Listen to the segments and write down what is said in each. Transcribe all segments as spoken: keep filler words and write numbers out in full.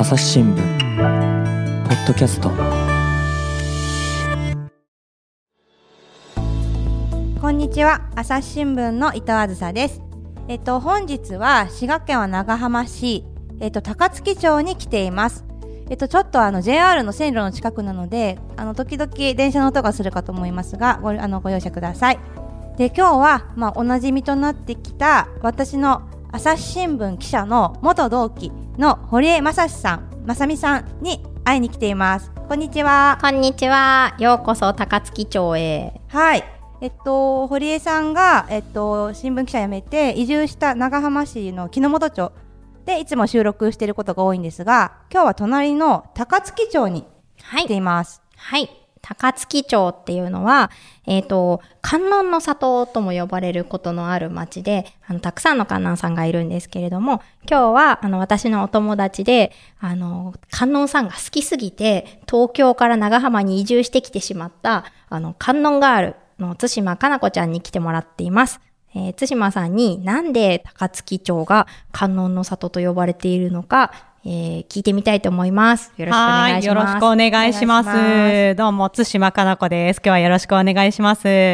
朝日新聞ポッドキャスト。 こんにちは、朝日新聞の伊藤あずさです。えっと本日は滋賀県は長浜市、えっと高槻町に来ています。えっとちょっとあの ジェイアール の線路の近くなので、あの時々電車の音がするかと思いますが、ごあのご容赦ください。で今日はまあおなじみとなってきた私の朝日新聞記者の元同期の堀江正史さん、正美さんに会いに来ています。こんにちは。 こんにちは。ようこそ高槻町へ。 はい。えっと堀江さんが、えっと、新聞記者辞めて移住した長浜市の木之本町でいつも収録していることが多いんですが、今日は隣の高槻町に来ています。 はい。はい、高槻町っていうのは、えっと、観音の里とも呼ばれることのある町で、あの、たくさんの観音さんがいるんですけれども、今日は、あの、私のお友達で、あの、観音さんが好きすぎて、東京から長浜に移住してきてしまった、あの、観音ガールの津島かな子ちゃんに来てもらっています。えー、津島さんになんで高槻町が観音の里と呼ばれているのか、えー、聞いてみたいと思います。よろしくお願いします。 はい、よろしくお願いします。ますどうも、津島かな子です。今日はよろしくお願いします。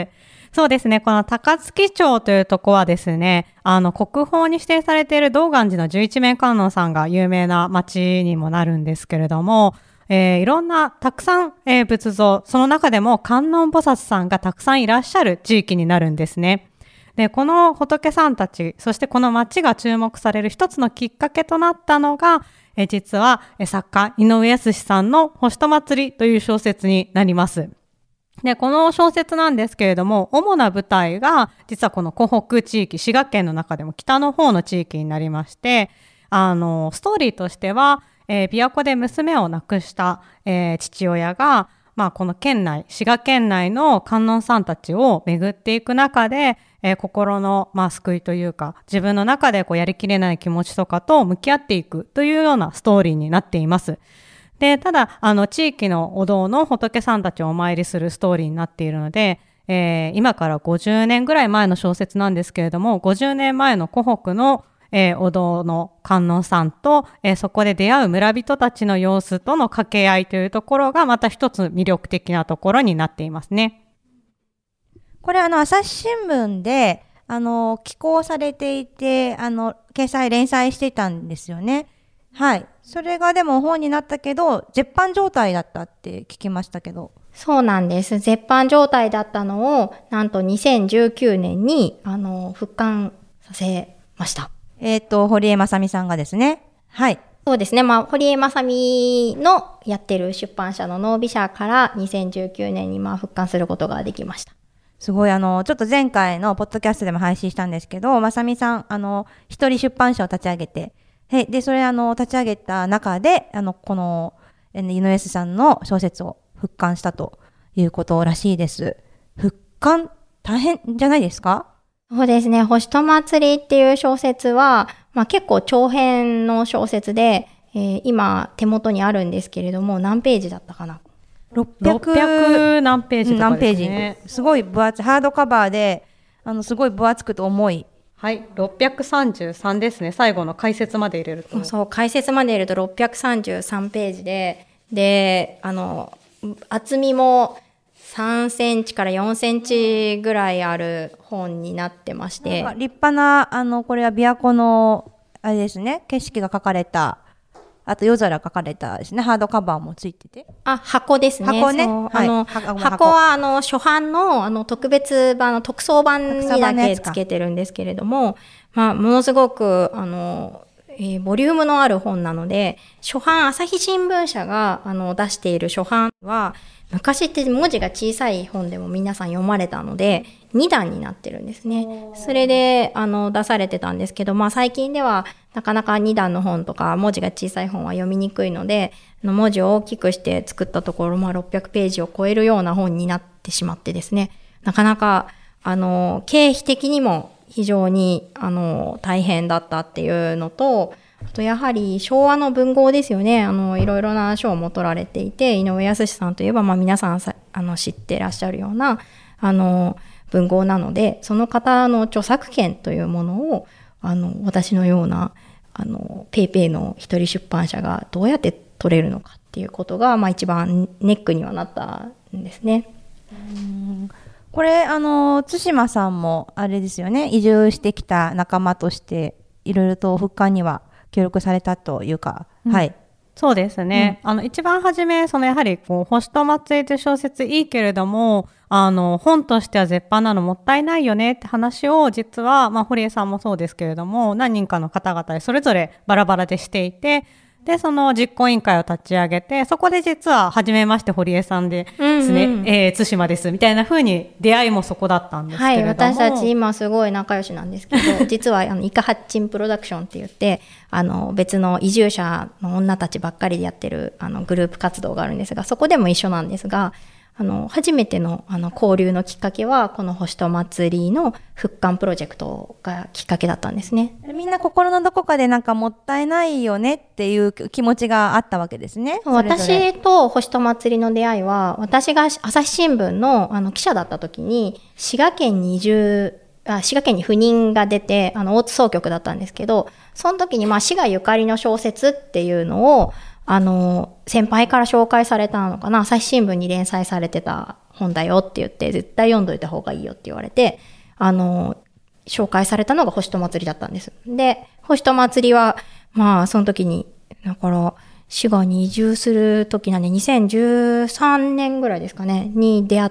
そうですね、この高槻町というとこはですね、あの、国宝に指定されている道元寺の十一面観音さんが有名な町にもなるんですけれども、えー、いろんなたくさん、えー、仏像、その中でも観音菩薩さんがたくさんいらっしゃる地域になるんですね。で、この仏さんたち、そしてこの町が注目される一つのきっかけとなったのが、え実はえ作家井上靖さんの星と祭りという小説になります。で、この小説なんですけれども、主な舞台が実はこの湖北地域、滋賀県の中でも北の方の地域になりまして、あの、ストーリーとしては、えー、琵琶湖で娘を亡くした、えー、父親が、まあ、この県内、滋賀県内の観音さんたちを巡っていく中で、えー、心の、まあ、救いというか、自分の中でこうやりきれない気持ちとかと向き合っていくというようなストーリーになっています。で、ただ、あの、地域のお堂の仏さんたちをお参りするストーリーになっているので、えー、今からごじゅうねんぐらい前の小説なんですけれども、ごじゅうねんまえの湖北のえー、お堂の観音さんと、えー、そこで出会う村人たちの様子との掛け合いというところがまた一つ魅力的なところになっていますね。 これあの朝日新聞であの寄稿されていて、あの掲載連載していたんですよね。はい。それがでも本になったけど絶版状態だったって聞きましたけど。 そうなんです。絶版状態だったのをなんとにせんじゅうきゅうねんにあの復刊させました。 えっと、堀江正美さんがですね。はい。 そうですね。まあ、堀江正美のやってる出版社のノービ社からにせんじゅうきゅうねんにまあ復刊することができました。 すごい、あの、ちょっと前回のポッドキャストでも配信したんですけど、正美さん、あの、一人出版社を立ち上げて、で、それあの、立ち上げた中で、あの、この、井上さんの小説を復刊したということらしいです。復刊、大変じゃないですか？ そうですね。星と祭りっていう小説は、まあ結構長編の小説で、えー、今手元にあるんですけれども、何ページだったかな？ ろっぴゃく何ページとかですね。 何ページ。すごい分厚い、ハードカバーで、あの、すごい分厚くて重い。 はい、ろっぴゃくさんじゅうさんですね。最後の解説まで入れると。 そう、解説まで入れるとろっぴゃくさんじゅうさんページで、で、あの、厚みも、さんセンチからよんセンチぐらいある本になってまして。 なんか立派な、あの、これは琵琶湖の、あれですね、景色が書かれた、あと夜空書かれたですね、ハードカバーもついてて。 あ、箱ですね。 箱ね。 はい、あの、箱, 箱は、あの、初版の、あの、特別版の特装版にだけつけてるんですけれども、まあ、ものすごく、あの、えー、ボリュームのある本なので、初版、朝日新聞社が、あの、出している初版は、昔って文字が小さい本でも皆さん読まれたのでにだんになってるんですね。それであの出されてたんですけど、まあ最近ではなかなかにだんの本とか文字が小さい本は読みにくいので、文字を大きくして作ったところ、まあろっぴゃくページを超えるような本になってしまってですね、なかなかあの経費的にも非常にあの大変だったっていうのと、あとやはり昭和の文豪ですよね。あのいろいろな賞も取られていて、井上靖さんといえば、まあ、皆さんさあの知ってらっしゃるようなあの文豪なので、その方の著作権というものをあの私のようなあの、ペイペイの一人出版社がどうやって取れるのかっていうことが、まあ一番ネックにはなったんですね。 うんこれ、あの、対馬さんもあれですよね、移住してきた仲間として、いろいろと復刊には協力されたというか、うん、はい。 そうですね。うん、あの、一番初め、そのやはり、こう、星と祭りという小説いいけれども、あの、本としては絶版なのもったいないよねって話を、実は、まあ、堀江さんもそうですけれども、何人かの方々でそれぞれバラバラでしていて、で、その実行委員会を立ち上げて、そこで実は、初めまして堀江さんでですね、うんうん、えー、対馬です、みたいな風に出会いもそこだったんですけれども。 はい、私たち今すごい仲良しなんですけど、実は、あの、イカハッチンプロダクションって言って、あの、別の移住者の女たちばっかりでやってる、あの、グループ活動があるんですが、そこでも一緒なんですが、あの、初めての、あの、交流のきっかけは、この星と祭りの復刊プロジェクトがきっかけだったんですね。 みんな心のどこかでなんかもったいないよねっていう気持ちがあったわけですね。それぞれ。 私と星と祭りの出会いは、私が朝日新聞の、あの、記者だった時に、滋賀県に移住、あ滋賀県に赴任が出て、あの、大津総局だったんですけど、その時に、まあ、滋賀ゆかりの小説っていうのを、あの、先輩から紹介されたのかな、朝日新聞に連載されてた本だよって言って、絶対読んどいた方がいいよって言われて、あの、紹介されたのが星と祭りだったんです。で、星と祭りは、まあ、その時に、だから、滋賀に移住する時なんで、にせんじゅうさんねんぐらいですかね、に出会って、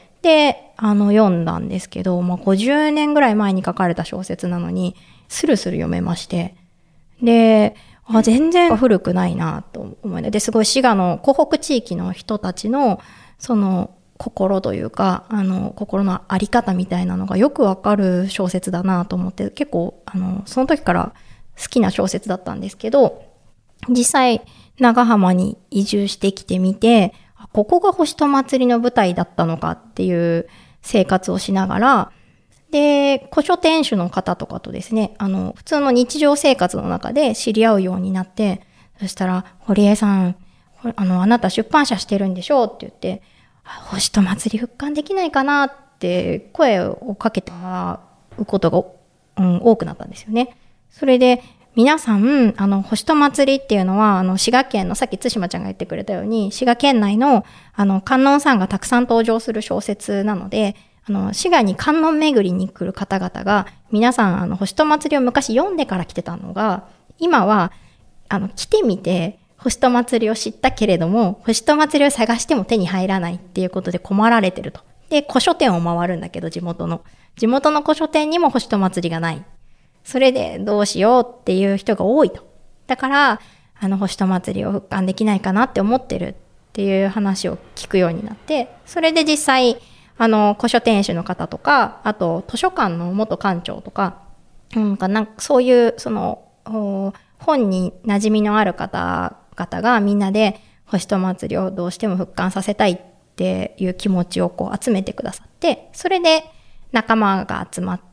で、あの、読んだんですけど、まあ、ごじゅうねんぐらい前に書かれた小説なのに、スルスル読めまして、で、あ、全然古くないなと思いで、すごい滋賀の湖北地域の人たちの、その、心というか、あの、心のあり方みたいなのがよくわかる小説だなと思って、結構、あの、その時から好きな小説だったんですけど、実際、長浜に移住してきてみて、ここが星と祭りの舞台だったのかっていう生活をしながら、で、古書店主の方とかとですね、あの、普通の日常生活の中で知り合うようになって、そしたら、堀江さん、あの、あなた出版社してるんでしょうって言って、星と祭り復刊できないかなって声をかけてもらうことが、うん、多くなったんですよね。それで、皆さん、あの、星と祭りっていうのは、あの、滋賀県の、さっき対馬ちゃんが言ってくれたように、滋賀県内の、あの、観音さんがたくさん登場する小説なので、あの、滋賀に観音巡りに来る方々が、皆さん、あの、星と祭りを昔読んでから来てたのが、今は、あの、来てみて、星と祭りを知ったけれども、星と祭りを探しても手に入らないっていうことで困られてると。で、古書店を回るんだけど、地元の。地元の古書店にも星と祭りがない。それでどうしようっていう人が多いと。だから、あの、星と祭りを復刊できないかなって思ってるっていう話を聞くようになって、それで実際、あの、古書店主の方とか、あと、図書館の元館長とか、うんかなんかそういう、その、本に馴染みのある方々がみんなで、星と祭りをどうしても復刊させたいっていう気持ちをこう集めてくださって、それで仲間が集まって、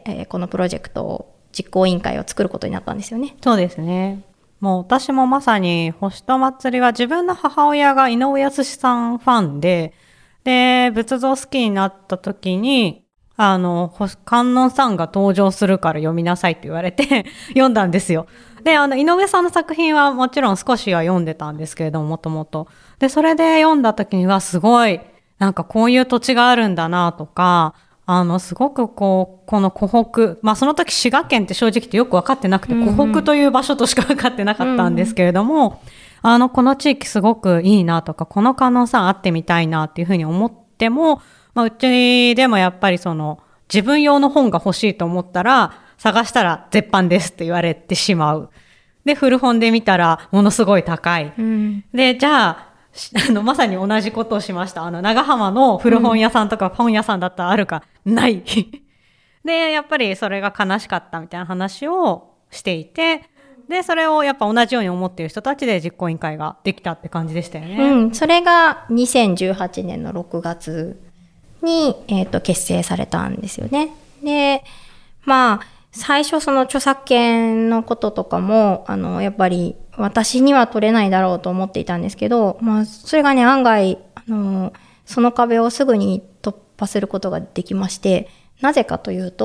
えー、このプロジェクトを、実行委員会を作ることになったんですよね。 そうですね。もう私もまさに星と祭りは自分の母親が井上康さんファンで、で、仏像好きになった時に、あの、観音さんが登場するから読みなさいって言われて読んだんですよ。で、あの、井上さんの作品はもちろん少しは読んでたんですけれども、もともと。で、それで読んだ時にはすごい、なんかこういう土地があるんだなとか、あの、すごくこう、この湖北、まあその時滋賀県って正直言ってよく分かってなくて、うんうん、湖北という場所としか分かってなかったんですけれども、うんうん、あの、この地域すごくいいなとか、この観音さん会ってみたいなっていうふうに思っても、まあうちでもやっぱりその、自分用の本が欲しいと思ったら、探したら絶版ですって言われてしまう。で、古本で見たらものすごい高い。うん、で、じゃあ、あの、まさに同じことをしました。あの、長浜の古本屋さんとか本屋さんだったらあるか、ない。で、やっぱりそれが悲しかったみたいな話をしていて、で、それをやっぱ同じように思っている人たちで実行委員会ができたって感じでしたよね。 うん、それがにせんじゅうはちねんのろくがつに、えっと、結成されたんですよね。で、まあ、最初その著作権のこととかも、あの、やっぱり私には取れないだろうと思っていたんですけど、まあ、それがね、案外、あの、その壁をすぐに突破することができまして、なぜかというと、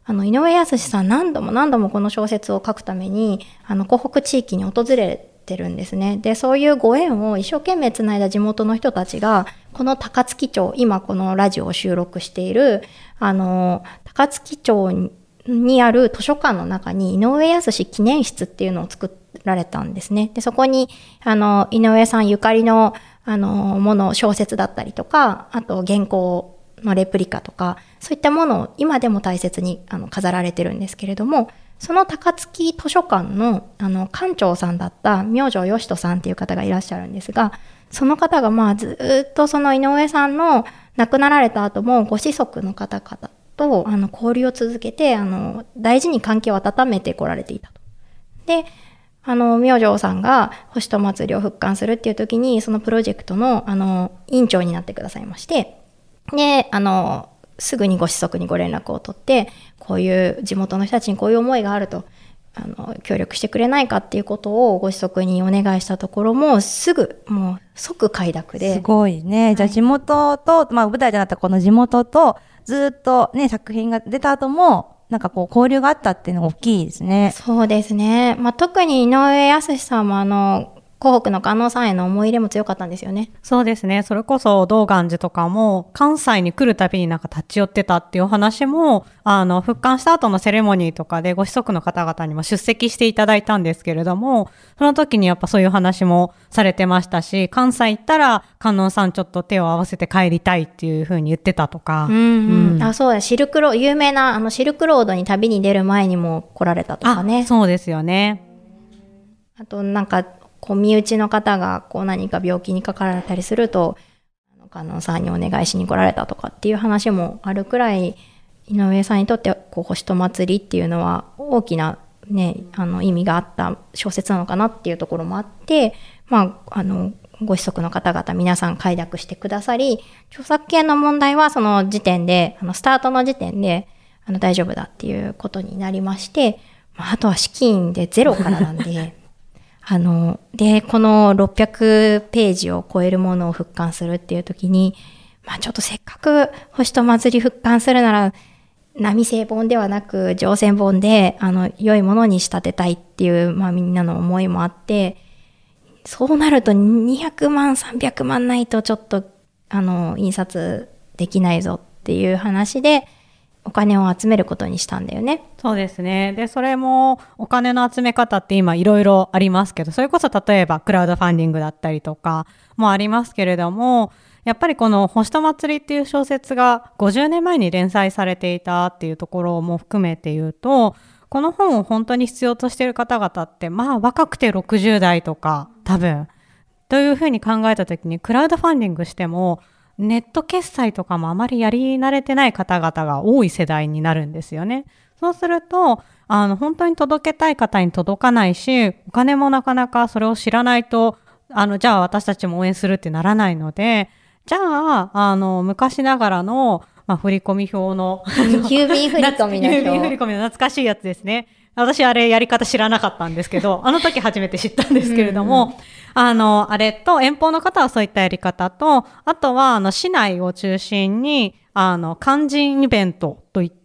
あの、井上康さん何度も何度もこの小説を書くために、あの、湖北地域に訪れてるんですね。で、そういうご縁を一生懸命つないだ地元の人たちが、この高槻町、今このラジオを収録している、あの、高槻町にある図書館の中に井上康記念室っていうのを作られたんですね。で、そこに、あの、井上さんゆかりの、あの、もの、小説だったりとか、あと原稿のレプリカとか、そういったものを今でも大切にあの飾られてるんですけれども、その高槻図書館のあの館長さんだった明星義人さんっていう方がいらっしゃるんですが、その方がまあずっとその井上さんの亡くなられた後もご子息の方々とあの交流を続けて、あの大事に関係を温めてこられていたと。で、あの明星さんが星と祭りを復刊するっていう時に、そのプロジェクトのあの委員長になってくださいまして、で、あの、すぐにご子息にご連絡を取って、こういう地元の人たちにこういう思いがあると、あの、協力してくれないかっていうことをご子息にお願いしたところも、すぐ、もう即快諾で。 すごいね。はい、じゃあ地元と、まあ舞台となったこの地元と、ずっとね、作品が出た後も、なんかこう交流があったっていうのが大きいですね。 そうですね。まあ特に井上康さんもあの、湖北の観音さんへの思い入れも強かったんですよね。 そうですね。それこそ道元寺とかも関西に来るたびになんか立ち寄ってたっていうお話も、あの復刊した後のセレモニーとかでご子息の方々にも出席していただいたんですけれども、その時にやっぱそういう話もされてましたし、関西行ったら観音さんちょっと手を合わせて帰りたいっていう風に言ってたとか。 うんうん、あ、そうだ、シルクロ有名なあのシルクロードに旅に出る前にも来られたとかね。 あ、そうですよね。 あとなんかこう身内の方がこう何か病気にかかられたりすると、観音さんにお願いしに来られたとかっていう話もあるくらい、井上さんにとってこう星と祭りっていうのは大きなね、あの意味があった小説なのかなっていうところもあって、まあ、あの、ご子息の方々皆さん快諾してくださり、著作権の問題はその時点で、あの、スタートの時点で、あの、大丈夫だっていうことになりまして、まあ、あとは資金でゼロからなんで、あの、で、このろっぴゃくページを超えるものを復刊するっていう時に、まあちょっとせっかく星と祭り復刊するなら、波製本ではなく上線本で、あの、良いものに仕立てたいっていう、まあみんなの思いもあって、そうなるとにひゃくまん、さんびゃくまんないとちょっと、あの、印刷できないぞっていう話で、お金を集めることにしたんだよね。 そうですね。で、それもお金の集め方って今いろいろありますけど、それこそ例えばクラウドファンディングだったりとかもありますけれども、やっぱりこの星と祭りっていう小説がごじゅうねんまえに連載されていたっていうところも含めて言うと、この本を本当に必要としている方々ってまあ若くてろくじゅうだいとか多分というふうに考えたときに、クラウドファンディングしてもネット決済とかもあまりやり慣れてない方々が多い世代になるんですよね。そうすると、あの、本当に届けたい方に届かないし、お金もなかなかそれを知らないと、あの、じゃあ私たちも応援するってならないので、じゃあ、あの、昔ながらの、まあ、振込表の、 郵便振込の表。 郵便振込の懐かしいやつですね。私あれやり方知らなかったんですけど、あの時初めて知ったんですけれども、うんうん、あの、あれと遠方の方はそういったやり方と、あとはあの市内を中心に、あの、勧進イベントといって、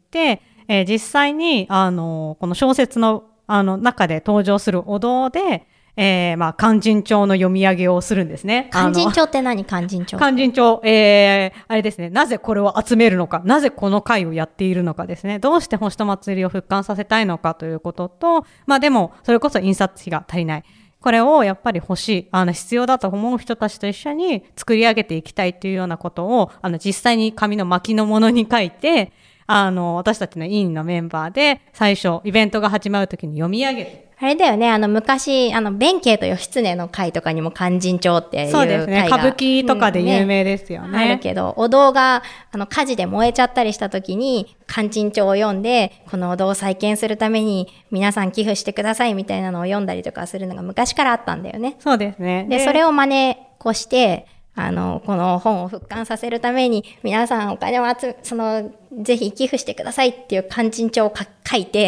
えー、実際に、あの、この小説の、あの、中で登場するお堂で、えー、まあ、勧進帳の読み上げをするんですね。 勧進帳って何？勧進帳。 勧進帳、えー、あれですね。なぜこれを集めるのか、なぜこの会をやっているのかですね。どうして星と祭りを復刊させたいのかということと、まあでも、それこそ印刷費が足りない。これをやっぱり欲しい、あの、必要だと思う人たちと一緒に作り上げていきたいというようなことを、あの、実際に紙の巻きのものに書いて、あの、私たちの委員のメンバーで、最初、イベントが始まるときに読み上げて、 あれだよね、あの昔、あの、弁慶と義経の会とかにも勧進帳っていう会が。 そうですね。歌舞伎とかで有名ですよね。うん、ねあるけど、お堂が、あの、火事で燃えちゃったりした時に、勧進帳を読んで、このお堂を再建するために、皆さん寄付してくださいみたいなのを読んだりとかするのが昔からあったんだよね。 そうですね。 で、それを真似っこして、あの、この本を復刊させるために、皆さんお金を集め、その、ぜひ寄付してくださいっていう勧進帳を書いて、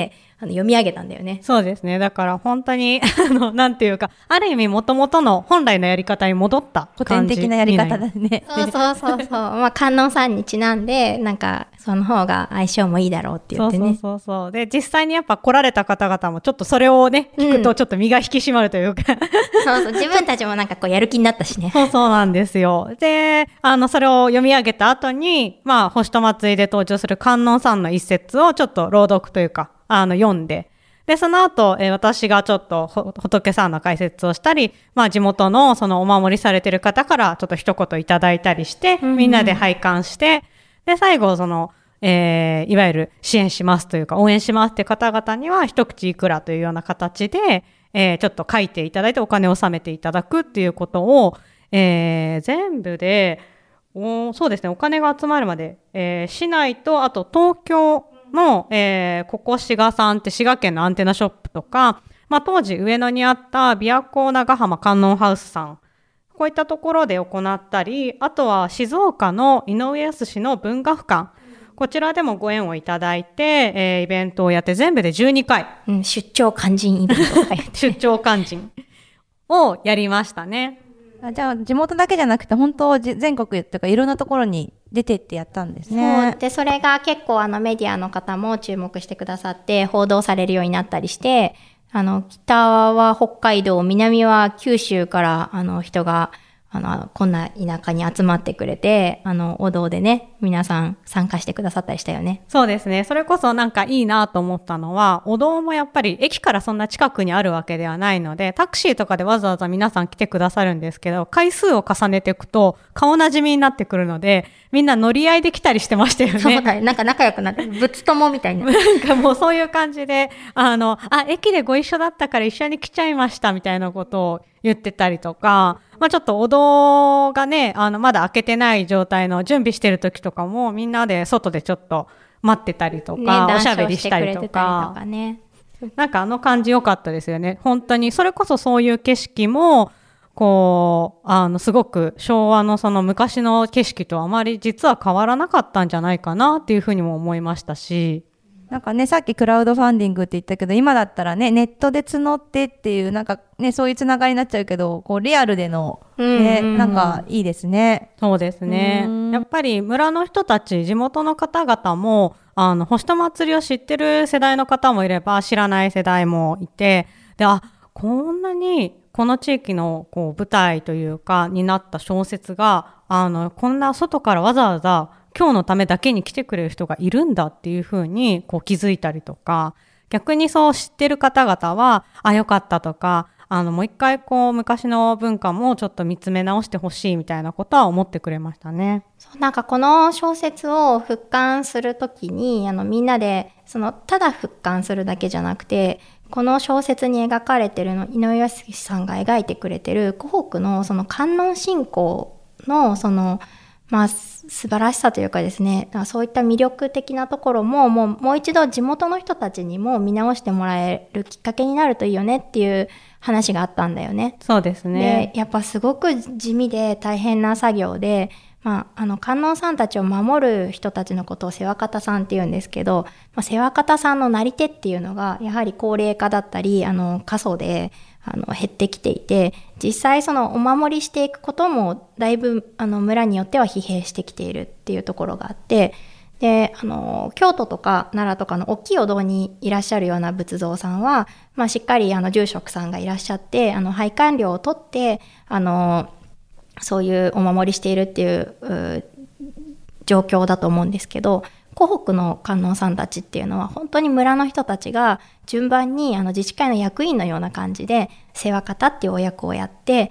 あの読み上げたんだよね。 そうですね。だから本当にあのなんていうか、ある意味元々の本来のやり方に戻った古典的なやり方だね。 そうそうそうそう。まあ観音さんにちなんでなんかその方が相性もいいだろうって言ってね。 そうそうそうそう。で実際にやっぱ来られた方々もちょっとそれをね聞くとちょっと身が引き締まるというか、うん、 そうそう自分たちもなんかこうやる気になったしね。 そうそうなんですよ。であのそれを読み上げた後にまあ星と祭りで登場する観音さんの一節をちょっと朗読というかあの読んで。で、その後、えー、私がちょっと仏さんの解説をしたり、まあ地元のそのお守りされてる方からちょっと一言いただいたりして、うんうん、みんなで拝観して、で、最後その、えー、いわゆる支援しますというか応援しますって方々には一口いくらというような形で、えー、ちょっと書いていただいてお金を納めていただくっていうことを、えー、全部で、おそうですね、お金が集まるまで、えー、市内とあと東京の、えー、ここ滋賀さんって滋賀県のアンテナショップとか、まあ当時上野にあった琵琶湖長浜観音ハウスさん、こういったところで行ったり、あとは静岡の井上康市の文学館、こちらでもご縁をいただいて、えー、イベントをやって全部でじゅうにかい、 うん、出張勧進イベントとかやって出張勧進をやりましたね。 あ、じゃあ地元だけじゃなくて本当全国とかいろんなところに出てってやったんですね。 そうでそれが結構あのメディアの方も注目してくださって報道されるようになったりして、あの北は北海道、南は九州からあの人があのこんな田舎に集まってくれて、あのお堂でね皆さん参加してくださったりしたよね。 そうですね。それこそなんかいいなと思ったのは、お堂もやっぱり駅からそんな近くにあるわけではないので、タクシーとかでわざわざ皆さん来てくださるんですけど、回数を重ねていくと顔なじみになってくるので、みんな乗り合いで来たりしてましたよね。 そうだよ。なんか仲良くなって、ぶつ友みたいな。 なんかもうそういう感じで、あの、あ、駅でご一緒だったから一緒に来ちゃいましたみたいなことを言ってたりとか、まあちょっとお堂がね、あの、まだ開けてない状態の準備してる時とかも、みんなで外でちょっと待ってたりとか、ね、おしゃべりしたりとか、 ね、 なんかあの感じ良かったですよね。本当に、それこそそういう景色も、こう、あの、すごく昭和のその昔の景色とあまり実は変わらなかったんじゃないかなっていうふうにも思いましたし、 なんかね、さっきクラウドファンディングって言ったけど、今だったらね、ネットで募ってっていう、なんかね、そういうつながりになっちゃうけど、こう、リアルでの、ね、うんうんうん、なんかいいですね。 そうですね。やっぱり村の人たち、地元の方々も、あの、星と祭りを知ってる世代の方もいれば、知らない世代もいて、で、あ、こんなに、この地域のこう舞台というかになった小説があのこんな外からわざわざ今日のためだけに来てくれる人がいるんだっていうふうにこう気づいたりとか、逆にそう知ってる方々はあよかったとか、あのもう一回こう昔の文化もちょっと見つめ直してほしいみたいなことは思ってくれましたね。 そうなんかこの小説を復刊するときにあのみんなでそのただ復刊するだけじゃなくて、この小説に描かれてるの井上康さんが描いてくれてる湖北のその観音信仰のそのまあ素晴らしさというかですね、そういった魅力的なところももうもう一度地元の人たちにも見直してもらえるきっかけになるといいよねっていう話があったんだよね。 そうですね。 で、やっぱすごく地味で大変な作業で、まあ、あの観音さんたちを守る人たちのことを世話方さんって言うんですけど、まあ、世話方さんのなり手っていうのがやはり高齢化だったりあの過疎であの減ってきていて、実際そのお守りしていくこともだいぶあの村によっては疲弊してきているっていうところがあって、であの京都とか奈良とかの大きいお堂にいらっしゃるような仏像さんは、まあ、しっかりあの住職さんがいらっしゃってあの拝観料を取ってあのそういうお守りしているっていう状況だと思うんですけど、湖北の観音さんたちっていうのは本当に村の人たちが順番にあの自治会の役員のような感じで世話方っていうお役をやって、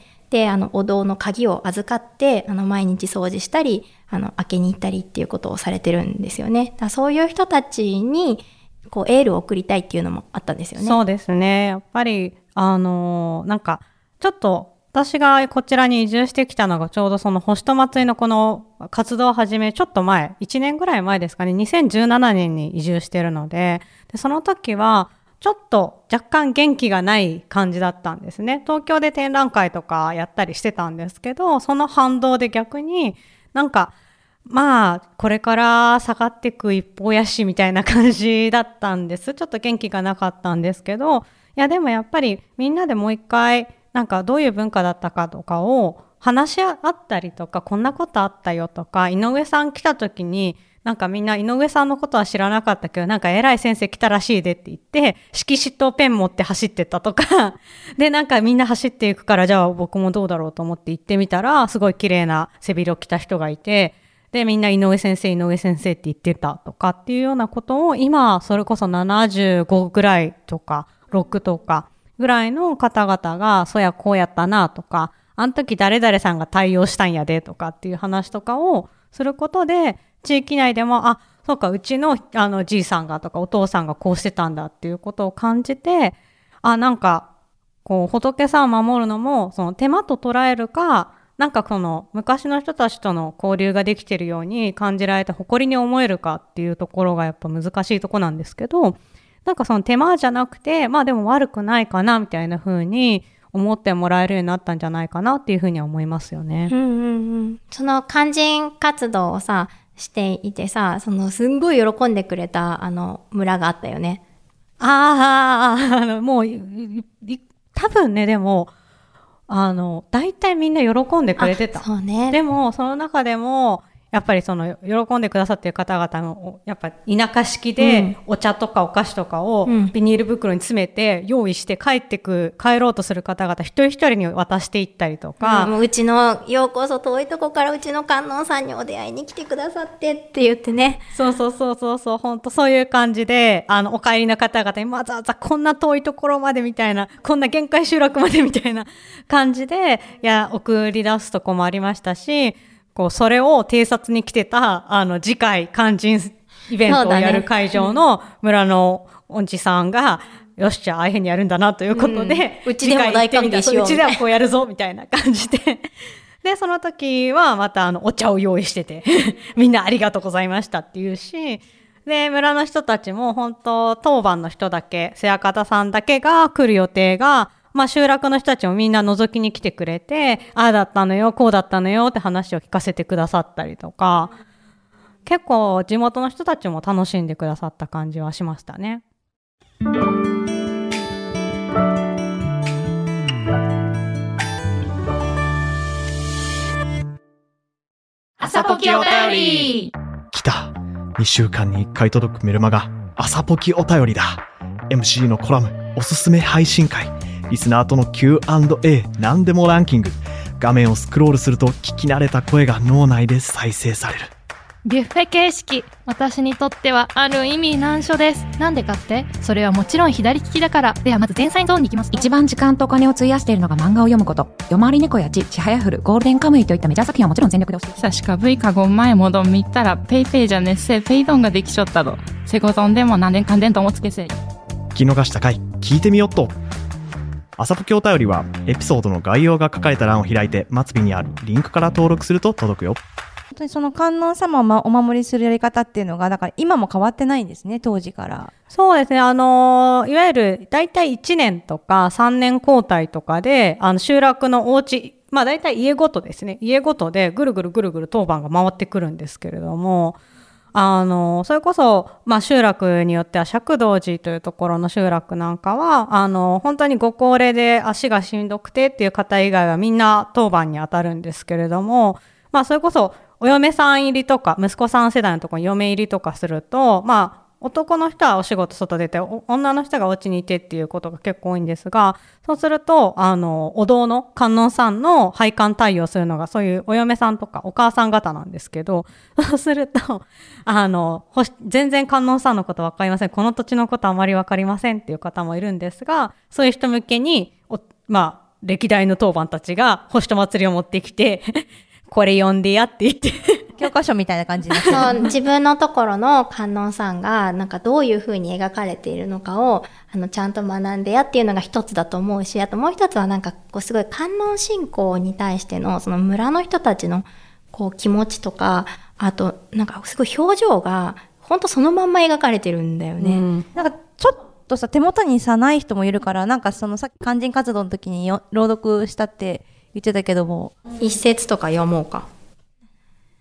であのお堂の鍵を預かってあの毎日掃除したりあの開けに行ったりっていうことをされてるんですよね。だからそういう人たちにこうエールを送りたいっていうのもあったんですよね。 そうですね。やっぱりあのー、なんかちょっと私がこちらに移住してきたのがちょうどその星と祭りのこの活動を始めちょっと前、いちねんぐらい前ですかね、にせんじゅうななねんに移住してるので、でその時はちょっと若干元気がない感じだったんですね。東京で展覧会とかやったりしてたんですけど、その反動で逆になんかまあ、これから下がっていく一方やし、みたいな感じだったんです。ちょっと元気がなかったんですけど、いや、でもやっぱりみんなでもう一回、なんかどういう文化だったかとかを話し合ったりとか、こんなことあったよとか、井上さん来た時に、なんかみんな井上さんのことは知らなかったけど、なんか偉い先生来たらしいでって言って、色紙とペン持って走ってったとか、で、なんかみんな走っていくから、じゃあ僕もどうだろうと思って行ってみたら、すごい綺麗な背広着た人がいて、で、みんな井上先生、井上先生って言ってたとかっていうようなことを、今、それこそななじゅうごぐらいとか、ろくとかぐらいの方々が、そうやこうやったなとか、あの時誰々さんが対応したんやでとかっていう話とかをすることで、地域内でも、あ、そうか、うちの、あの、じいさんがとかお父さんがこうしてたんだっていうことを感じて、あ、なんか、こう、仏さんを守るのも、その手間と捉えるか、なんかこの昔の人たちとの交流ができているように感じられて誇りに思えるかっていうところがやっぱ難しいとこなんですけど、なんかその手間じゃなくて、まあでも悪くないかなみたいな風に思ってもらえるようになったんじゃないかなっていう風には思いますよね。 うんうんうん。その勧進活動をさ、していてさ、そのすんごい喜んでくれたあの村があったよね。 ああ、あのもう多分ね、でもあの、大体みんな喜んでくれてた。 そうね。 でも、その中でも、やっぱりその、喜んでくださっている方々の、やっぱ田舎式で、お茶とかお菓子とかをビニール袋に詰めて、用意して帰ってく、帰ろうとする方々、一人一人に渡していったりとか。 うん、もううちの、ようこそ遠いとこからうちの観音さんにお出会いに来てくださってって言ってね。 そうそうそうそうそう、本当そういう感じで、あの、お帰りの方々にわざわざこんな遠いところまでみたいな、こんな限界集落までみたいな感じで、いや、送り出すとこもありましたし、こう、それを偵察に来てた、あの、次回、勧進イベントをやる会場の村のおじさんが、よし、じゃあ、ああいうふうにやるんだなということで、 うん、うちでも大歓迎しよう。 うちではこうやるぞ、みたいな感じで。で、その時は、また、あの、お茶を用意してて、みんなありがとうございましたっていうし、で、村の人たちも、本当当番の人だけ、瀬谷方さんだけが来る予定が、まあ集落の人たちもみんな覗きに来てくれて、ああだったのよ、こうだったのよって話を聞かせてくださったりとか、結構地元の人たちも楽しんでくださった感じはしましたね。 朝ポキお便り来た。にしゅうかんにいっかい届くメルマガ、朝ポキお便りだ。エムシー のコラム、おすすめ配信会、リスナーとの キューアンドエー、何でもランキング。画面をスクロールすると聞き慣れた声が脳内で再生される。 ビュッフェ形式、私にとってはある意味難所です。なんでかって？それはもちろん左利きだから。ではまず前菜ゾーンに行きます。 一番時間とお金を費やしているのが漫画を読むこと。夜回り猫やち、ちはやふる、ゴールデンカムイといったメジャー作品はもちろん全力で押して。 さしかブイカゴン前もどんみったらペイペイじゃねっせペイドンができちょったど。セゴゾンでも何年間でんともつけせ。 聞き逃した回、聞いてみよっと。朝ポキお便りはエピソードの概要が書かれた欄を開いて末尾にあるリンクから登録すると届くよ。 本当にその観音様を、ま、お守りするやり方っていうのがだから今も変わってないんですね、当時から。 そうですね、あのいわゆるだいたいいちねんとかさんねん交代とかであの集落のお家、まあだいたい家ごとですね、家ごとでぐるぐるぐるぐる当番が回ってくるんですけれども、あのそれこそ、まあ、集落によっては釈道寺というところの集落なんかはあの本当にご高齢で足がしんどくてっていう方以外はみんな当番に当たるんですけれども、まあ、それこそお嫁さん入りとか息子さん世代のところに嫁入りとかすると、まあ男の人はお仕事外出て、女の人がお家にいてっていうことが結構多いんですが、そうすると、あの、お堂の観音さんの拝観対応するのが、そういうお嫁さんとかお母さん方なんですけど、そうすると、あの、全然観音さんのことわかりません。この土地のことあまりわかりませんっていう方もいるんですが、そういう人向けに、まあ、歴代の当番たちが、星と祭りを持ってきて、これ読んでやって言って、 教科書みたいな感じになってそう自分のところの観音さんがなんかどういう風に描かれているのかをあのちゃんと学んでやっていうのが一つだと思うし、あともう一つはなんかこうすごい観音信仰に対してのその村の人たちのこう気持ちとか、あとなんかすごい表情が本当そのまんま描かれてるんだよね、うん、 なんかちょっとさ手元にさない人もいるから、なんかそのさっき勧進活動の時によ朗読したって言ってたけども、 一節とか読もうか。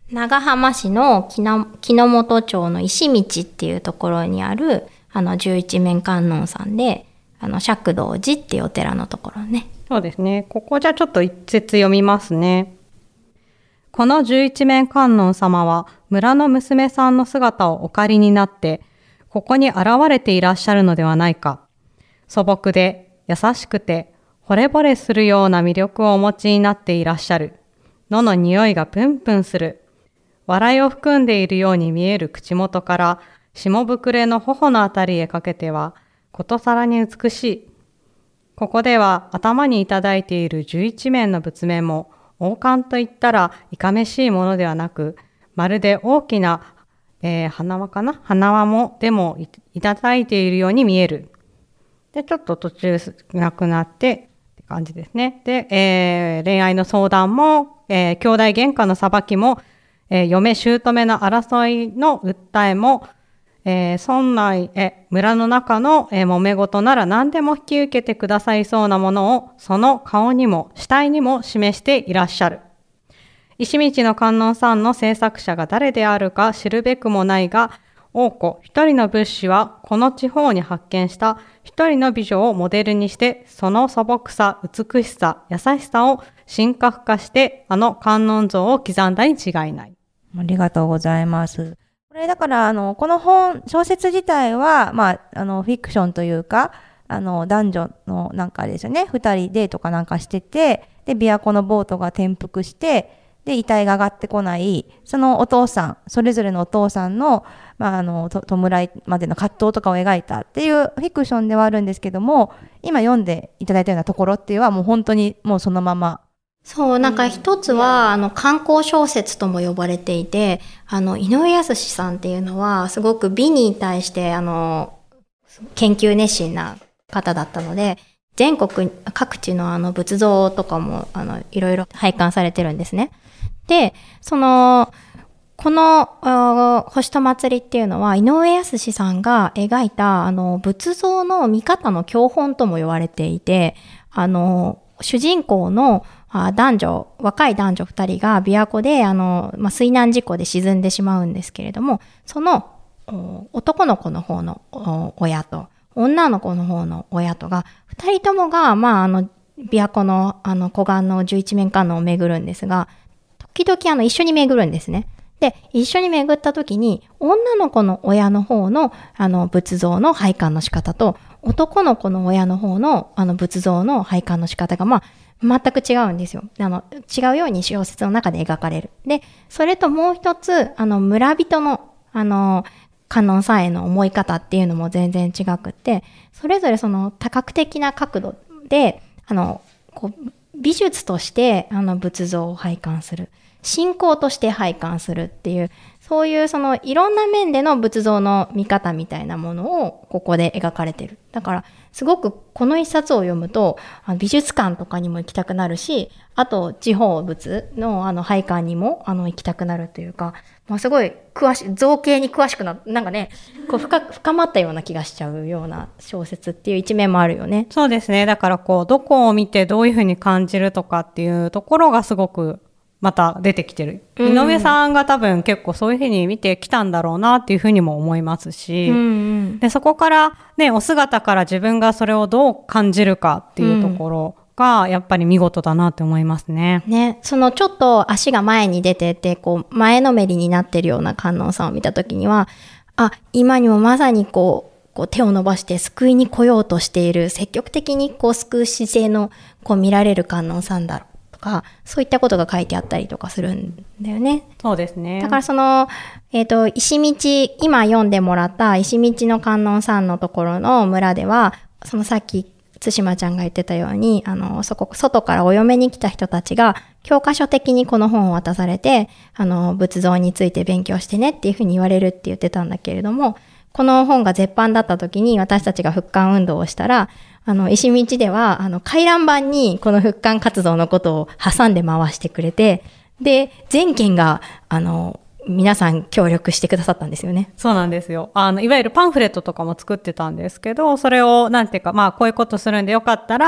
長浜市の木の木之本町の石道っていうところにあるあの十一面観音さんで、あの釈道寺っていうお寺のところね。 そうですね。ここじゃちょっと一節読みますね。この十一面観音様は村の娘さんの姿をお借りになってここに現れていらっしゃるのではないか。素朴で優しくて惚れ惚れするような魅力をお持ちになっていらっしゃる。野の匂いがプンプンする。笑いを含んでいるように見える口元から下膨れの頬のあたりへかけてはことさらに美しい。ここでは頭にいただいている十一面の仏面も王冠といったらいかめしいものではなく、まるで大きな、えー、花輪かな花輪もでも い, いただいているように見える。で、ちょっと途中なくなってって感じですね。で、えー、恋愛の相談も、えー、兄弟喧嘩の裁きも、えー、嫁姑の争いの訴えも、えー、村内、え、村の中の、えー、揉め事なら何でも引き受けてくださいそうなものを、その顔にも死体にも示していらっしゃる。石道の観音さんの制作者が誰であるか知るべくもないが、王子一人の仏師はこの地方に発見した一人の美女をモデルにして、その素朴さ、美しさ、優しさを神格化して、あの観音像を刻んだに違いない。 ありがとうございます。これだから、あの、この本、小説自体は、まあ、あの、フィクションというか、あの、男女のなんかあれですよね、二人デートかなんかしてて、で、琵琶湖のボートが転覆して、で、遺体が上がってこない、そのお父さん、それぞれのお父さんの、まあ、あの、と弔いまでの葛藤とかを描いたっていうフィクションではあるんですけども、今読んでいただいたようなところっていうのはもう本当にもうそのまま、 そう、なんか一つは、あの、観光小説とも呼ばれていて、あの、井上康さんっていうのは、すごく美に対して、あの、研究熱心な方だったので、全国各地のあの、仏像とかも、あの、いろいろ拝観されてるんですね。で、その、この、星と祭りっていうのは、井上康さんが描いた、あの、仏像の見方の教本とも言われていて、あの、主人公の男女、若い男女二人が琵琶湖で、あの、まあ、水難事故で沈んでしまうんですけれども、その男の子の方の親と、女の子の方の親とが、二人ともが、まあ、あの、琵琶湖の、あの、湖岸の十一面観音を巡るんですが、時々、あの、一緒に巡るんですね。で、一緒に巡った時に、女の子の親の方の、あの、仏像の拝観の仕方と、男の子の親の方の、あの、仏像の拝観の仕方が、まあ、全く違うんですよ。あの、違うように小説の中で描かれる。で、それともう一つ、あの、村人の、あの、観音さんへの思い方っていうのも全然違くって、それぞれその多角的な角度で、あの、こう、美術として、あの、仏像を拝観する。信仰として拝観するっていう、そういうそのいろんな面での仏像の見方みたいなものをここで描かれてる。だからすごくこの一冊を読むと美術館とかにも行きたくなるし、あと地方仏のあの拝観にもあの行きたくなるというか、まあ、すごい詳しい、造形に詳しくな、なんかね、こう深、深まったような気がしちゃうような小説っていう一面もあるよね。 そうですね。だからこう、どこを見てどういうふうに感じるとかっていうところがすごくまた出てきてる。井上さんが多分結構そういうふうに見てきたんだろうなっていうふうにも思いますし、うんうん、でそこからね、お姿から自分がそれをどう感じるかっていうところがやっぱり見事だなって思いますね。 ね、そのちょっと足が前に出てて、こう前のめりになってるような観音さんを見たときには、あ、今にもまさにこう、こう手を伸ばして救いに来ようとしている、積極的にこう救う姿勢のこう見られる観音さんだろう。かそういったことが書いてあったりとかするんだよね。 そうですね。 だからその、えっと、石道、今読んでもらった石道の観音さんのところの村では、そのさっき対馬ちゃんが言ってたように、あの、そこ、外からお嫁に来た人たちが、教科書的にこの本を渡されて、あの、仏像について勉強してねっていうふうに言われるって言ってたんだけれども、この本が絶版だった時に私たちが復刊運動をしたら、あの、石道では、あの、回覧板にこの復刊活動のことを挟んで回してくれて、で、全県が、あの、皆さん協力してくださったんですよね。 そうなんですよ。あの、いわゆるパンフレットとかも作ってたんですけど、それを、なんていうか、まあ、こういうことするんでよかったら、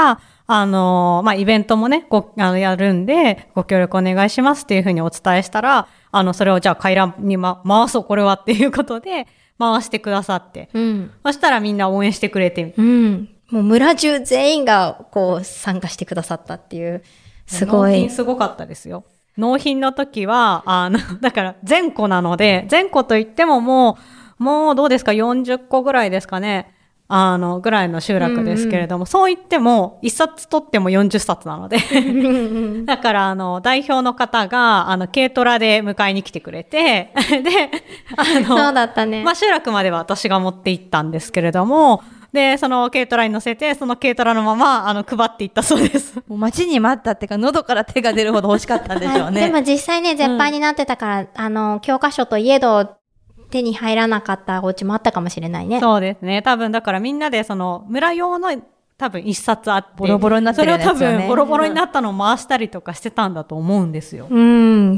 あの、まあ、イベントもね、ご、あの、やるんで、ご協力お願いしますっていうふうにお伝えしたら、あの、それをじゃあ回覧に、ま、回そう、これはっていうことで、回してくださって。 うん。 そしたらみんな応援してくれて。 うん。もう村中全員が、こう、参加してくださったっていう、すごい。 納品すごかったですよ。納品の時は、あの、だから全個なので、全個といってももう、もうどうですか、よんじゅっこぐらいですかね。あの、ぐらいの集落ですけれども、うんうん、そう言っても、一冊取ってもよんじゅっさつなので。だから、あの、代表の方が、あの、軽トラで迎えに来てくれて、で、あの、 そうだったね。 まあ、集落までは私が持って行ったんですけれども、で、その軽トラに乗せて、その軽トラのまま、あの、配っていったそうです。 もう待ちに待ったっていうか、喉から手が出るほど欲しかったんでしょうね。 はい、でも実際ね、絶版になってたから、うん、あの、教科書といえど、手に入らなかったお家もあったかもしれないね。 そうですね。多分だからみんなでその村用の多分一冊あって、 ボロボロになってるやつよね。 それを多分ボロボロになったのを回したりとかしてたんだと思うんですよ。 うん。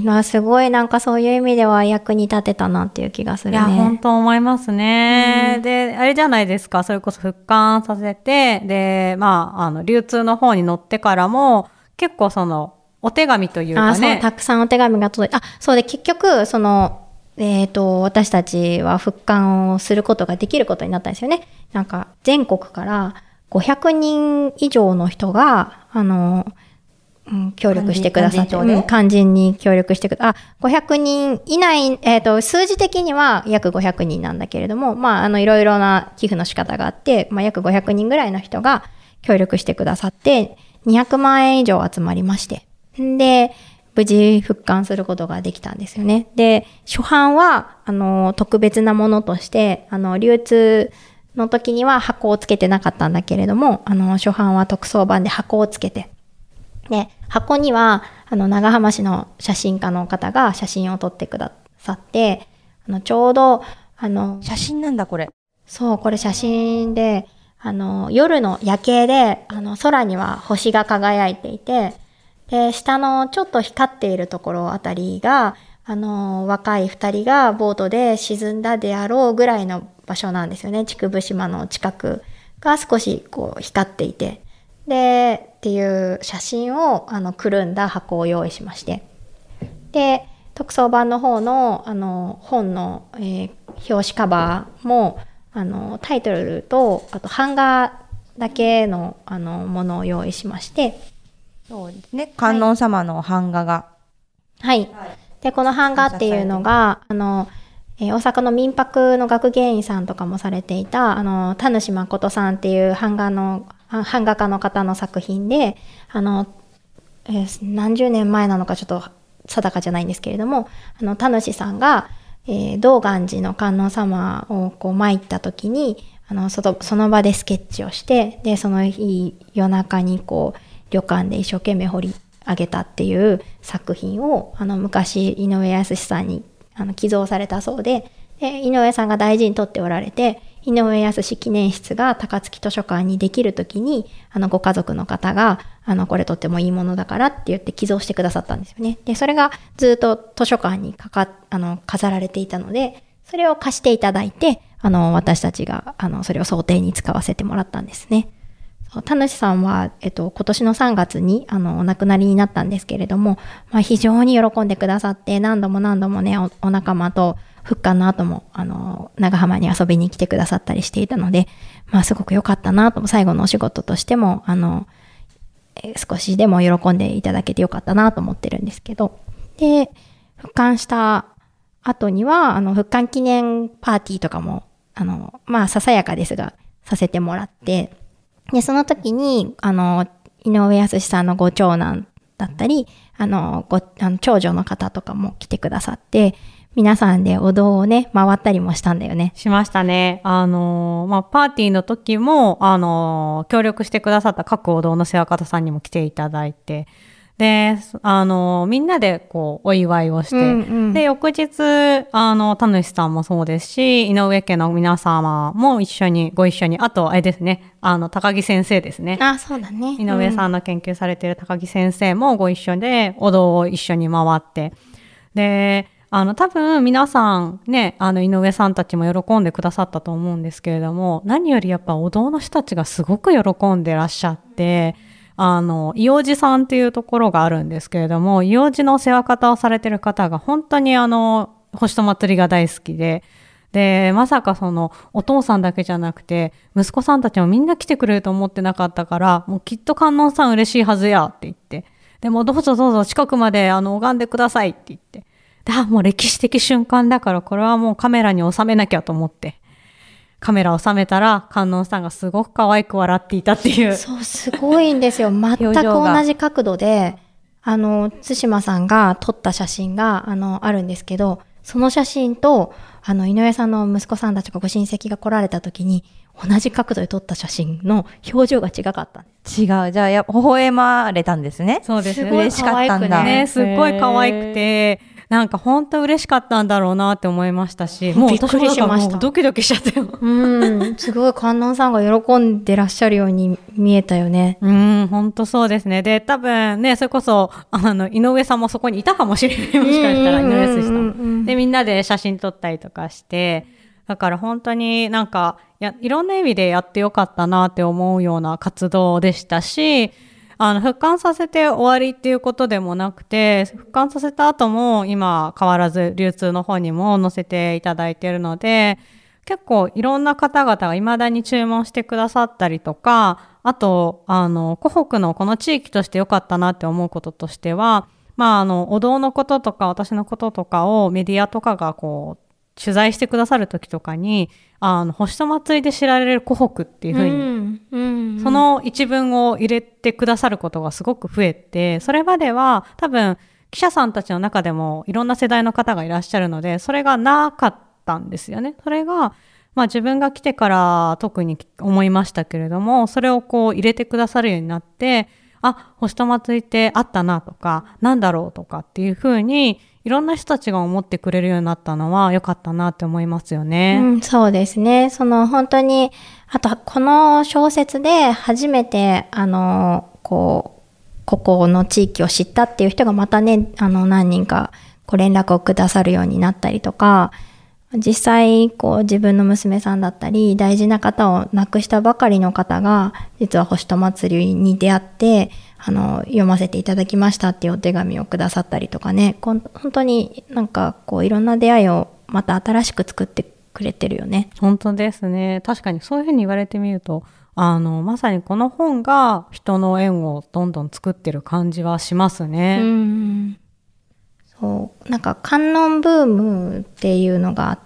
まあすごいなんかそういう意味では役に立てたなっていう気がするね。 いや、本当思いますね。うん、で、あれじゃないですか。それこそ復刊させて、で、まあ、あの、流通の方に乗ってからも、結構その、お手紙というかね。 あ、そう、たくさんお手紙が届いて、あ、そうで結局、その、えっと、私たちは復刊をすることができることになったんですよね。なんか、全国からごひゃくにん以上の人が、あの、うん、協力してくださって、うん、肝心に協力してくだ、あ、ごひゃくにん以内、えっと、数字的には約ごひゃくにんなんだけれども、まあ、あの、いろいろな寄付の仕方があって、まあ、約ごひゃくにんぐらいの人が協力してくださって、にひゃくまんえん以上集まりまして。で、無事復刊することができたんですよね。で、初版は、あの、特別なものとして、あの、流通の時には箱をつけてなかったんだけれども、あの、初版は特装版で箱をつけて、で、箱には、あの、長浜市の写真家の方が写真を撮ってくださって、あの、ちょうど、あの、 写真なんだ、これ。 そう、これ写真で、あの、夜の夜景で、あの、空には星が輝いていて、で、下のちょっと光っているところあたりが、あの、若い二人がボートで沈んだであろうぐらいの場所なんですよね。竹生島の近くが少しこう光っていて。で、っていう写真をあのくるんだ箱を用意しまして。で、特装版の方のあの本の、えー、表紙カバーも、あの、タイトルと、あと版画だけのあのものを用意しまして、 そうですね。観音様の版画が。 はい。はい、で、この版画っていうのが、あの、えー、大阪の民泊の学芸員さんとかもされていた、あの、田主誠さんっていう版画の、版画家の方の作品で、あの、えー、何十年前なのかちょっと定かじゃないんですけれども、あの、田主さんが、えー、道元寺の観音様をこう参った時に、あの、その、その場でスケッチをして、で、その日夜中にこう、旅館で一生懸命掘り上げたっていう作品を、あの、昔、井上康さんに、あの、寄贈されたそうで、で、井上さんが大事に取っておられて、井上康記念室が高槻図書館にできるときに、あの、ご家族の方が、あの、これとってもいいものだからって言って寄贈してくださったんですよね。で、それがずっと図書館にかか、あの、飾られていたので、それを貸していただいて、あの、私たちが、あの、それを想定に使わせてもらったんですね。田主さんは、えっと、今年のさんがつに、あの、お亡くなりになったんですけれども、まあ、非常に喜んでくださって、何度も何度もね、お、お仲間と、復刊の後も、あの、長浜に遊びに来てくださったりしていたので、まあ、すごく良かったなと、最後のお仕事としても、あの、えー、少しでも喜んでいただけて良かったなと思ってるんですけど、で、復刊した後には、あの、復刊記念パーティーとかも、あの、まあ、ささやかですが、させてもらって、で、その時に、あの、井上康さんのご長男だったり、あの、ご、あの、長女の方とかも来てくださって、皆さんでお堂をね、回ったりもしたんだよね。 しましたね。あの、まあ、パーティーの時も、あの、協力してくださった各お堂の世話方さんにも来ていただいて、で、あの、みんなでこう、お祝いをして、うんうん、で、翌日、あの、田主さんもそうですし、井上家の皆様も一緒に、ご一緒に、あと、あれですね、あの、高木先生ですね。 あ、そうだね。 井上さんの研究されている高木先生もご一緒で、お堂を一緒に回って、で、あの、多分皆さんね、あの、井上さんたちも喜んでくださったと思うんですけれども、何よりやっぱお堂の人たちがすごく喜んでらっしゃって、 あの、伊予寺さんっていうところがあるんですけれども、伊予寺の世話方をされてる方が本当にあの、星と祭りが大好きで、で、まさかその、お父さんだけじゃなくて、息子さんたちもみんな来てくれると思ってなかったから、もうきっと観音さん嬉しいはずやって言って、でもどうぞどうぞ近くまであの、拝んでくださいって言って、で、あ、もう歴史的瞬間だからこれはもうカメラに収めなきゃと思って、カメラを収めたら観音さんがすごく可愛く笑っていたっていう。 そう、すごいんですよ。全く同じ角度で、あの、対馬さんが撮った写真が、あの、あるんですけど、その写真と、あの、井上さんの息子さんたちがご親戚が来られた時に、同じ角度で撮った写真の表情が違かった。 違う。じゃあ、や、微笑まれたんですね。 そうですね。 嬉しかったんだ。 ね、すっごい可愛くて、なんか本当嬉しかったんだろうなって思いましたし、もうびっくりしました。 ドキドキしちゃったよ。 うん、すごい観音さんが喜んでらっしゃるように見えたよね。 うん、本当そうですね。で、多分ね、それこそ、あの、井上さんもそこにいたかもしれない。もしかしたら、井上寿司さん。で、みんなで写真撮ったりとかして、だから本当になんか、や、いろんな意味でやってよかったなって思うような活動でしたし、あの、復刊させて終わりっていうことでもなくて、復刊させた後も今変わらず流通の方にも載せていただいているので、結構いろんな方々が未だに注文してくださったりとか、あと、あの、湖北のこの地域としてよかったなって思うこととしては、まあ、あの、お堂のこととか私のこととかをメディアとかがこう、取材してくださる時とかに、あの、星と祭りで知られる湖北っていうふうに、うんうんうん、その一文を入れてくださることがすごく増えて、それまでは多分記者さんたちの中でもいろんな世代の方がいらっしゃるので、それがなかったんですよね。それが、まあ自分が来てから特に思いましたけれども、それをこう入れてくださるようになって、あ、星と祭りってあったなとか、なんだろうとかっていうふうに、いろんな人たちが思ってくれるようになったのは良かったなって思いますよね。 うん、そうですね。その本当に、あとこの小説で初めて、あの、こう、ここの地域を知ったっていう人がまたね、あの何人かご連絡をくださるようになったりとか、実際、こう自分の娘さんだったり、大事な方を亡くしたばかりの方が、実は星と祭りに出会って、あの、読ませていただきましたっていうお手紙をくださったりとかね、こん本当になんかこういろんな出会いをまた新しく作ってくれてるよね。 本当ですね。確かにそういうふうに言われてみると、あの、まさにこの本が人の縁をどんどん作ってる感じはしますね。 うん。そう。なんか観音ブームっていうのがあって、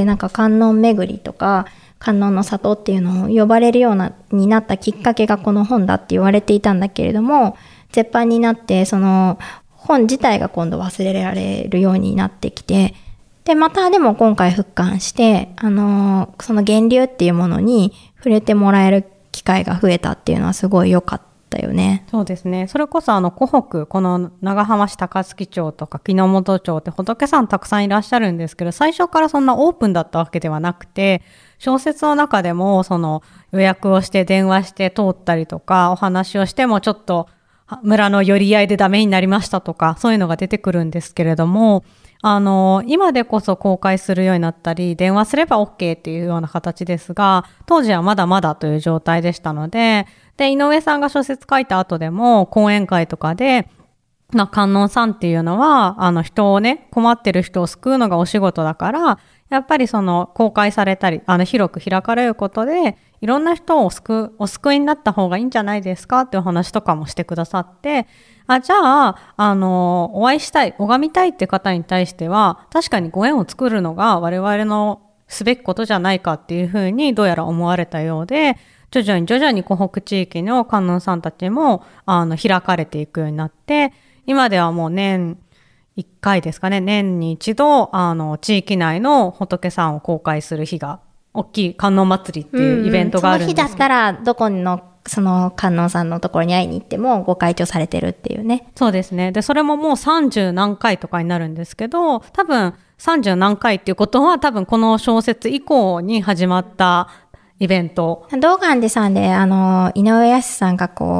なんか観音巡りとか、観音の里っていうのを呼ばれるようなになったきっかけがこの本だって言われていたんだけれども、絶版になってその本自体が今度忘れられるようになってきて、でまたでも今回復刊して、あのその源流っていうものに触れてもらえる機会が増えたっていうのはすごい良かったよね。 そうですね。それこそあの湖北、この長浜市高槻町とか木之本町って仏さんたくさんいらっしゃるんですけど、最初からそんなオープンだったわけではなくて、小説の中でもその予約をして電話して通ったりとか、お話をしてもちょっと村の寄り合いでダメになりましたとか、そういうのが出てくるんですけれども、あの今でこそ公開するようになったり、電話すれば OK っていうような形ですが、当時はまだまだという状態でしたので、で井上さんが小説書いた後でも講演会とかで、まあ、観音さんっていうのはあの人をね、困ってる人を救うのがお仕事だから、やっぱりその公開されたり、あの広く開かれることで、いろんな人を救う、お救いになった方がいいんじゃないですかっていう話とかもしてくださって、あ、じゃあ、あの、お会いしたい、拝みたいって方に対しては、確かにご縁を作るのが我々のすべきことじゃないかっていうふうにどうやら思われたようで、徐々に徐々に湖北地域の観音さんたちも、あの、開かれていくようになって、今ではもう年、一回ですかね、年に一度、あの、地域内の仏さんを公開する日が、大きい観音祭りっていうイベントがあるんです、 うんうん、その日だったら、どこの、その観音さんのところに会いに行ってもご開帳されてるっていうね。 そうですね。で、それももう三十何回とかになるんですけど、多分三十何回っていうことは、多分この小説以降に始まったイベント。 道元寺さんで、あの、井上康さんがこう、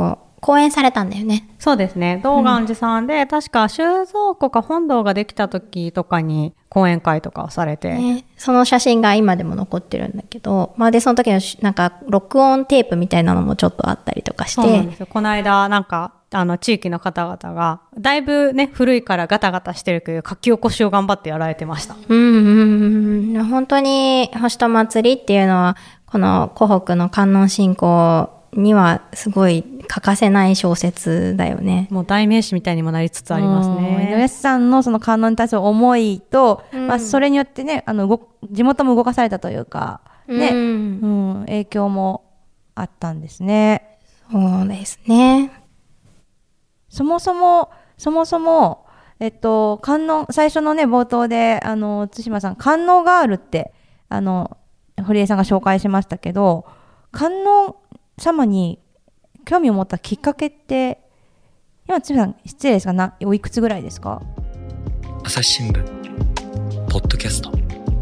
講演されたんだよね。 そうですね。道元寺さんで、うん、確か収蔵庫か本堂ができた時とかに講演会とかをされて、 ね、その写真が今でも残ってるんだけど、まあでその時のなんか録音テープみたいなのもちょっとあったりとかして、 そうなんですよ。この間なんかあの地域の方々がだいぶね古いからガタガタしてるけど書き起こしを頑張ってやられてました。 うんうんうん。本当に星と祭りっていうのはこの湖北の観音信仰にはすごい欠かせない小説だよね。 もう代名詞みたいにもなりつつありますね。 井上さんのその観音に対する思いと、うん、まあ、それによってね、あの動地元も動かされたというか、ね、うんうん、影響もあったんですね。 そうですね。 そもそもそもそもえっと観音、最初のね冒頭であの対馬さん観音ガールってあの堀江さんが紹介しましたけど、観音様に興味を持ったきっかけって今対馬さん失礼ですがなおいくつぐらいですか？ 朝日新聞ポッドキャスト。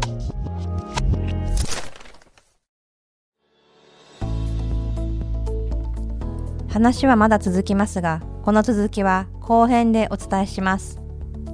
話はまだ続きますが、この続きは後編でお伝えします。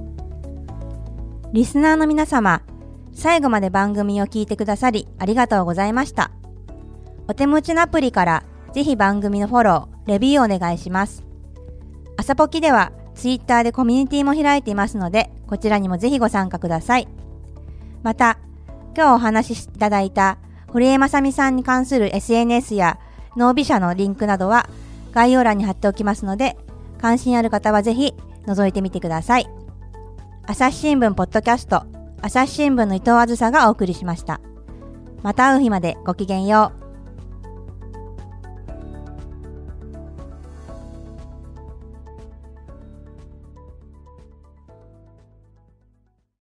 リスナーの皆様、最後まで番組を聞いてくださりありがとうございました。お手持ちのアプリからぜひ番組のフォロー、レビューをお願いします。朝ポキではツイッターでコミュニティも開いていますので、こちらにもぜひご参加ください。また、今日お話しいただいた堀江正美さんに関する エスエヌエス やノービ社のリンクなどは概要欄に貼っておきますので、関心ある方はぜひ覗いてみてください。朝日新聞ポッドキャスト、朝日新聞の伊藤あずさがお送りしました。また会う日までごきげんよう。